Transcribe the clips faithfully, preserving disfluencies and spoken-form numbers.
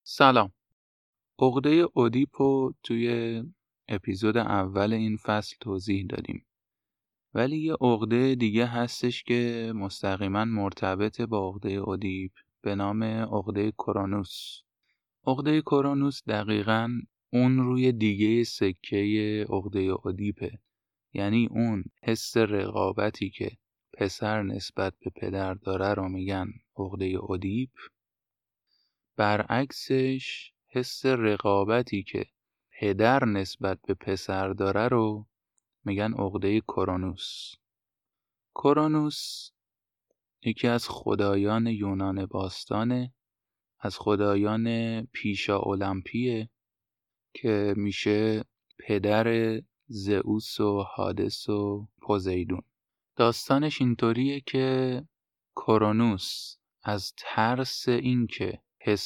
سلام. عقده اودیپو توی اپیزود اول این فصل توضیح دادیم. ولی یه عقده دیگه هستش که مستقیما مرتبط با عقده اودیپ به نام عقده کرونوس. عقده کرونوس دقیقاً اون روی دیگه سکه عقده اودیپه. یعنی اون حس رقابتی که پسر نسبت به پدر داره رو میگن عقده اودیپ. برعکسش حس رقابتی که پدر نسبت به پسر داره رو میگن عقده کرونوس. کرونوس یکی از خدایان یونان باستانه، از خدایان پیشا المپیه که میشه پدر زئوس و هادس و پوزیدون. داستانش اینطوریه که کرونوس از ترس این که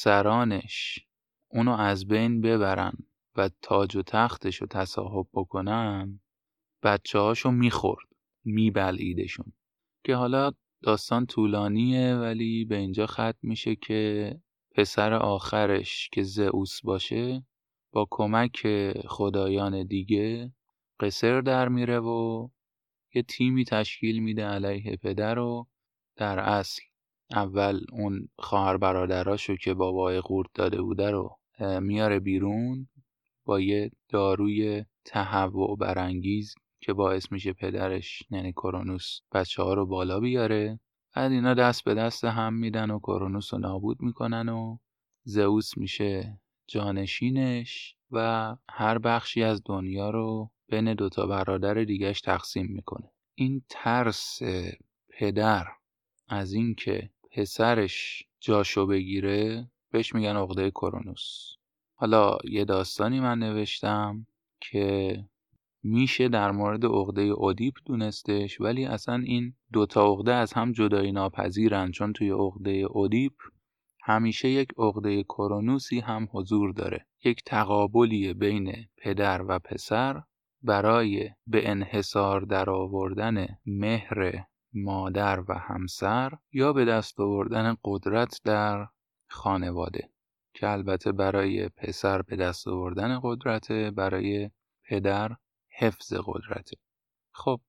پسرانش اونو از بین ببرن و تاج و تختش رو تصاحب بکنن، بچه هاشو میخورد، میبلعیدشون. که حالا داستان طولانیه ولی به اینجا ختم میشه که پسر آخرش که زئوس باشه با کمک خدایان دیگه قصر در میره و یه تیمی تشکیل میده علیه پدر و در اصل اول اون خواهر برادراشو که بابای قورت داده بوده رو میاره بیرون با یه داروی تهوع برانگیز که باعث میشه پدرش یعنی کرونوس بچه ها رو بالا بیاره. بعد اینا دست به دست هم میدن و کرونوس رو نابود میکنن و زئوس میشه جانشینش و هر بخشی از دنیا رو بین دوتا برادر دیگهش تقسیم میکنه. این ترس پدر از این که پسرش جاشو بگیره بهش میگن عقده کرونوس. حالا یه داستانی من نوشتم که میشه در مورد عقده اودیپ دونستش، ولی اصلا این دوتا عقده از هم جدایی ناپذیرن، چون توی عقده اودیپ همیشه یک عقده کرونوسی هم حضور داره. یک تقابلی بین پدر و پسر برای به انحصار در آوردن مهر مادر و همسر یا به دست آوردن قدرت در خانواده، که البته برای پسر به دست آوردن قدرت، برای پدر حفظ قدرت. خب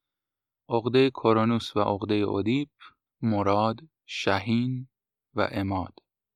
عقده کرونوس و عقده اودیپ، مراد، شهین و عماد.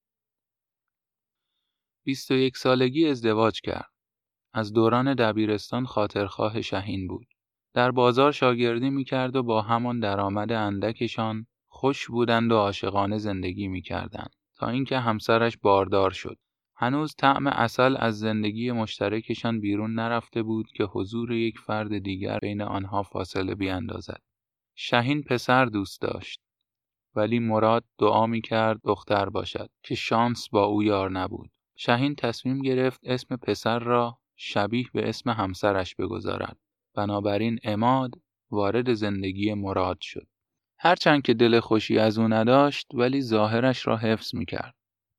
بیست و یک سالگی ازدواج کرد. از دوران دبیرستان خاطرخواه شهین بود. در بازار شاگردی میکرد و با همان درآمد اندکشان خوش بودند و عاشقانه زندگی میکردند تا اینکه همسرش باردار شد. هنوز طعم عسل از زندگی مشترکشان بیرون نرفته بود که حضور یک فرد دیگر بین آنها فاصله بیاندازد. شهین پسر دوست داشت، ولی مراد دعا میکرد دختر باشد که شانس با او یار نبود. شهین تصمیم گرفت اسم پسر را شبیه به اسم همسرش بگذارد. بنابراین عماد وارد زندگی مراد شد. هرچند که دل خوشی از او نداشت ولی ظاهرش را حفظ میکرد.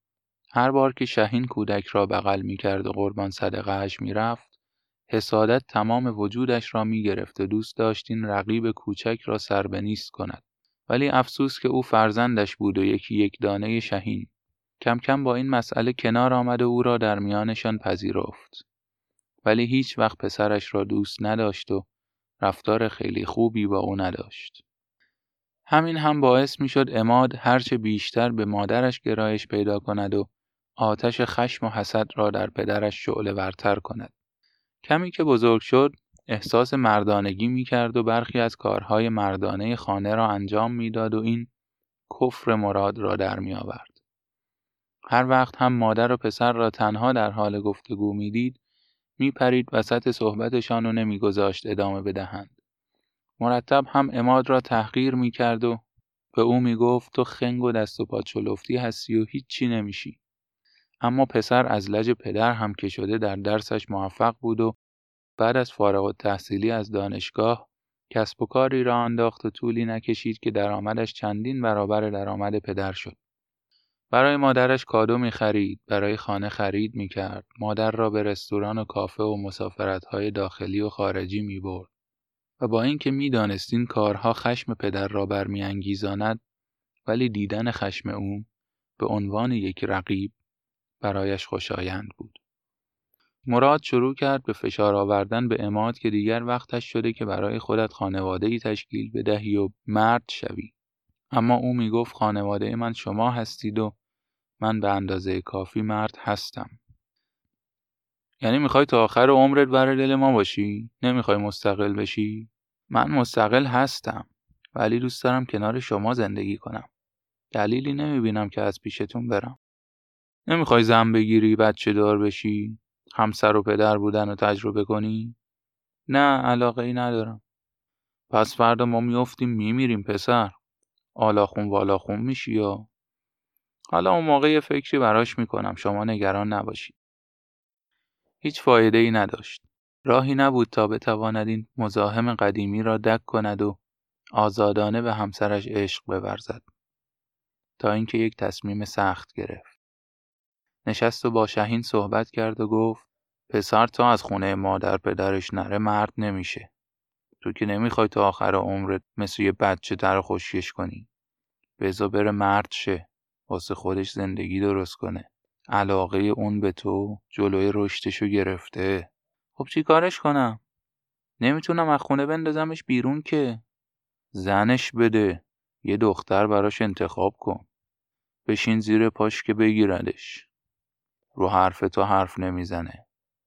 هر بار که شهین کودک را بغل میکرد و قربان صدقه‌اش میرفت، حسادت تمام وجودش را میگرفت و دوست داشت این رقیب کوچک را سر به نیست کند. ولی افسوس که او فرزندش بود و یکی یک دانه شهین. کم کم با این مسئله کنار آمد و او را در میانشان پذیرفت. ولی هیچ وقت پسرش را دوست نداشت و رفتار خیلی خوبی با او نداشت. همین هم باعث می شد عماد هرچه بیشتر به مادرش گرایش پیدا کند و آتش خشم و حسد را در پدرش شعله ورتر کند. کمی که بزرگ شد احساس مردانگی می کرد و برخی از کارهای مردانه خانه را انجام می داد و این کفر مراد را در می آورد. هر وقت هم مادر و پسر را تنها در حال گفتگو می دید می پرید وسط صحبتشان و نمی گذاشت ادامه بدهند. مرتب هم عماد را تحقیر می کرد و به او می گفت تو خنگ و دست و پا چلفتی هستی و هیچی نمیشی. اما پسر از لج پدر هم که شده در درسش موفق بود و بعد از فارغ التحصیلی از دانشگاه کسب و کاری را انداخت و طولی نکشید که درآمدش چندین برابر درآمد پدر شد. برای مادرش کادو می خرید، برای خانه خرید می کرد، مادر را به رستوران و کافه و مسافرت‌های داخلی و خارجی می برد. و با اینکه می دانست این کارها خشم پدر را برمی انگیزاند، ولی دیدن خشم او به عنوان یک رقیب برایش خوشایند بود. مراد شروع کرد به فشار آوردن به عماد که دیگر وقتش شده که برای خودت خانواده‌ای تشکیل بدهی و مرد شوی. اما او میگفت خانواده من شما هستید و من به اندازه کافی مرد هستم. یعنی میخوای تا آخر عمرت برای دل ما باشی؟ نمیخوای مستقل بشی؟ من مستقل هستم، ولی دوست دارم کنار شما زندگی کنم. دلیلی نمیبینم که از پیشتون برم. نمیخوای زن بگیری، بچه دار بشی، همسر و پدر بودن رو تجربه کنی؟ نه، علاقه ای ندارم. پس فردا ما میافتیم میمیریم پسر. آلاخون والاخون میشی یا؟ حالا اون موقع یه فکری براش میکنم، شما نگران نباشید. هیچ فایده ای نداشت. راهی نبود تا بتواند این مزاحم قدیمی را دک کند و آزادانه به همسرش عشق بورزد. تا اینکه یک تصمیم سخت گرفت. نشست و با شهین صحبت کرد و گفت پسر تا از خونه مادر پدرش نره مرد نمیشه. تو که نمیخوای تا آخر عمرت مثل یه بچه در خوشیش کنی. بذار بره مرد شه. واسه خودش زندگی درست کنه. علاقه اون به تو جلوی رشدشو گرفته. خب چی کارش کنم؟ نمیتونم از خونه بندازمش بیرون که. زنش بده. یه دختر براش انتخاب کن. بشین زیر پاش که بگیردش. رو حرف تو حرف نمیزنه.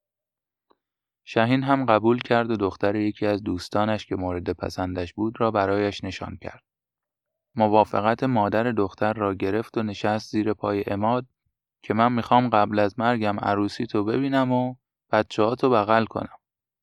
شهین هم قبول کرد و دختر یکی از دوستانش که مورد پسندش بود را برایش نشان کرد. موافقت مادر دختر را گرفت و نشست زیر پای عماد که من میخوام قبل از مرگم عروسی تو ببینم و بچه ها تو بغل کنم.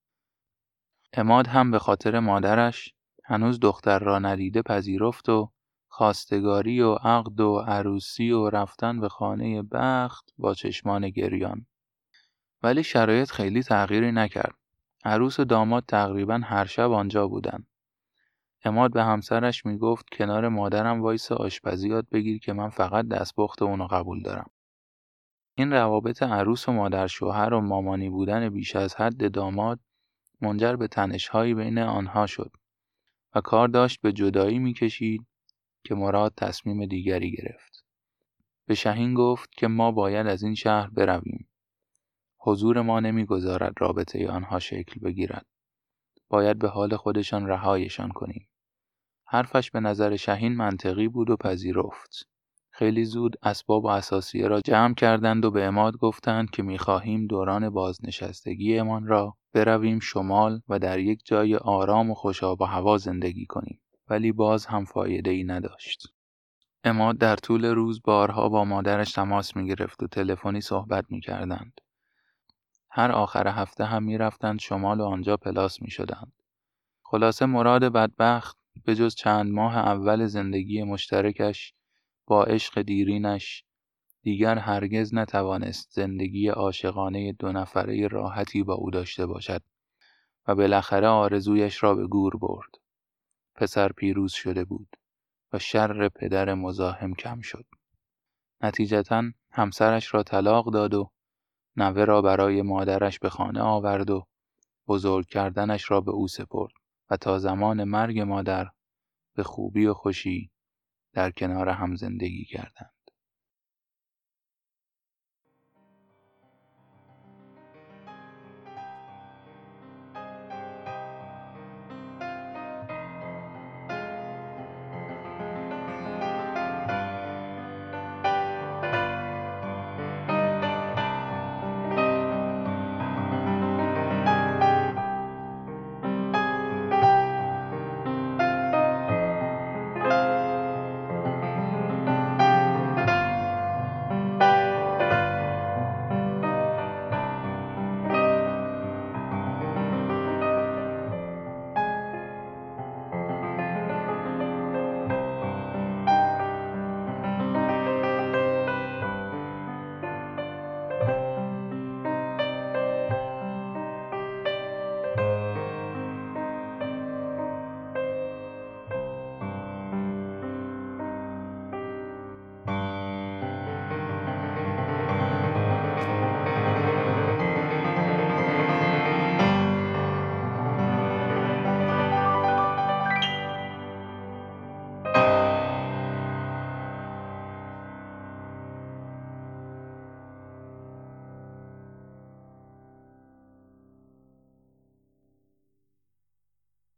عماد هم به خاطر مادرش هنوز دختر را ندیده پذیرفت و خواستگاری و عقد و عروسی و رفتن به خانه بخت با چشمان گریان. ولی شرایط خیلی تغییری نکرد. عروس و داماد تقریبا هر شب آنجا بودن. عماد به همسرش میگفت کنار مادرم وایس آشپزی یاد بگیر که من فقط دستپخت اونو قبول دارم. این روابط عروس و مادر شوهر و مامانی بودن بیش از حد داماد منجر به تنش‌هایی بین آنها شد و کار داشت به جدایی میکشید که مراد تصمیم دیگری گرفت. به شهین گفت که ما باید از این شهر برویم. حضور ما نمیگذارد رابطه آنها شکل بگیرد. باید به حال خودشان رهایشان کنیم. حرفش به نظر شهین منطقی بود و پذیرفت. خیلی زود اسباب و اساسیه را جمع کردند و به عماد گفتند که می‌خواهیم دوران بازنشستگیمان را برویم شمال و در یک جای آرام و خوشاب و هوا زندگی کنیم. ولی باز هم فایده‌ای نداشت. عماد در طول روز بارها با مادرش تماس می‌گرفت و تلفنی صحبت می‌کردند. هر آخر هفته هم می‌رفتند شمال و آنجا پلاس می‌شدند. خلاصه مراد بدبخت به جز چند ماه اول زندگی مشترکش با عشق دیرینش دیگر هرگز نتوانست زندگی عاشقانه دو نفره راحتی با او داشته باشد و بالاخره آرزویش را به گور برد. پسر پیروز شده بود و شر پدر مزاحم کم شد. نتیجتاً همسرش را طلاق داد و نوه را برای مادرش به خانه آورد و بزرگ کردنش را به او سپرد و تا زمان مرگ مادر به خوبی و خوشی در کنار هم زندگی کردند.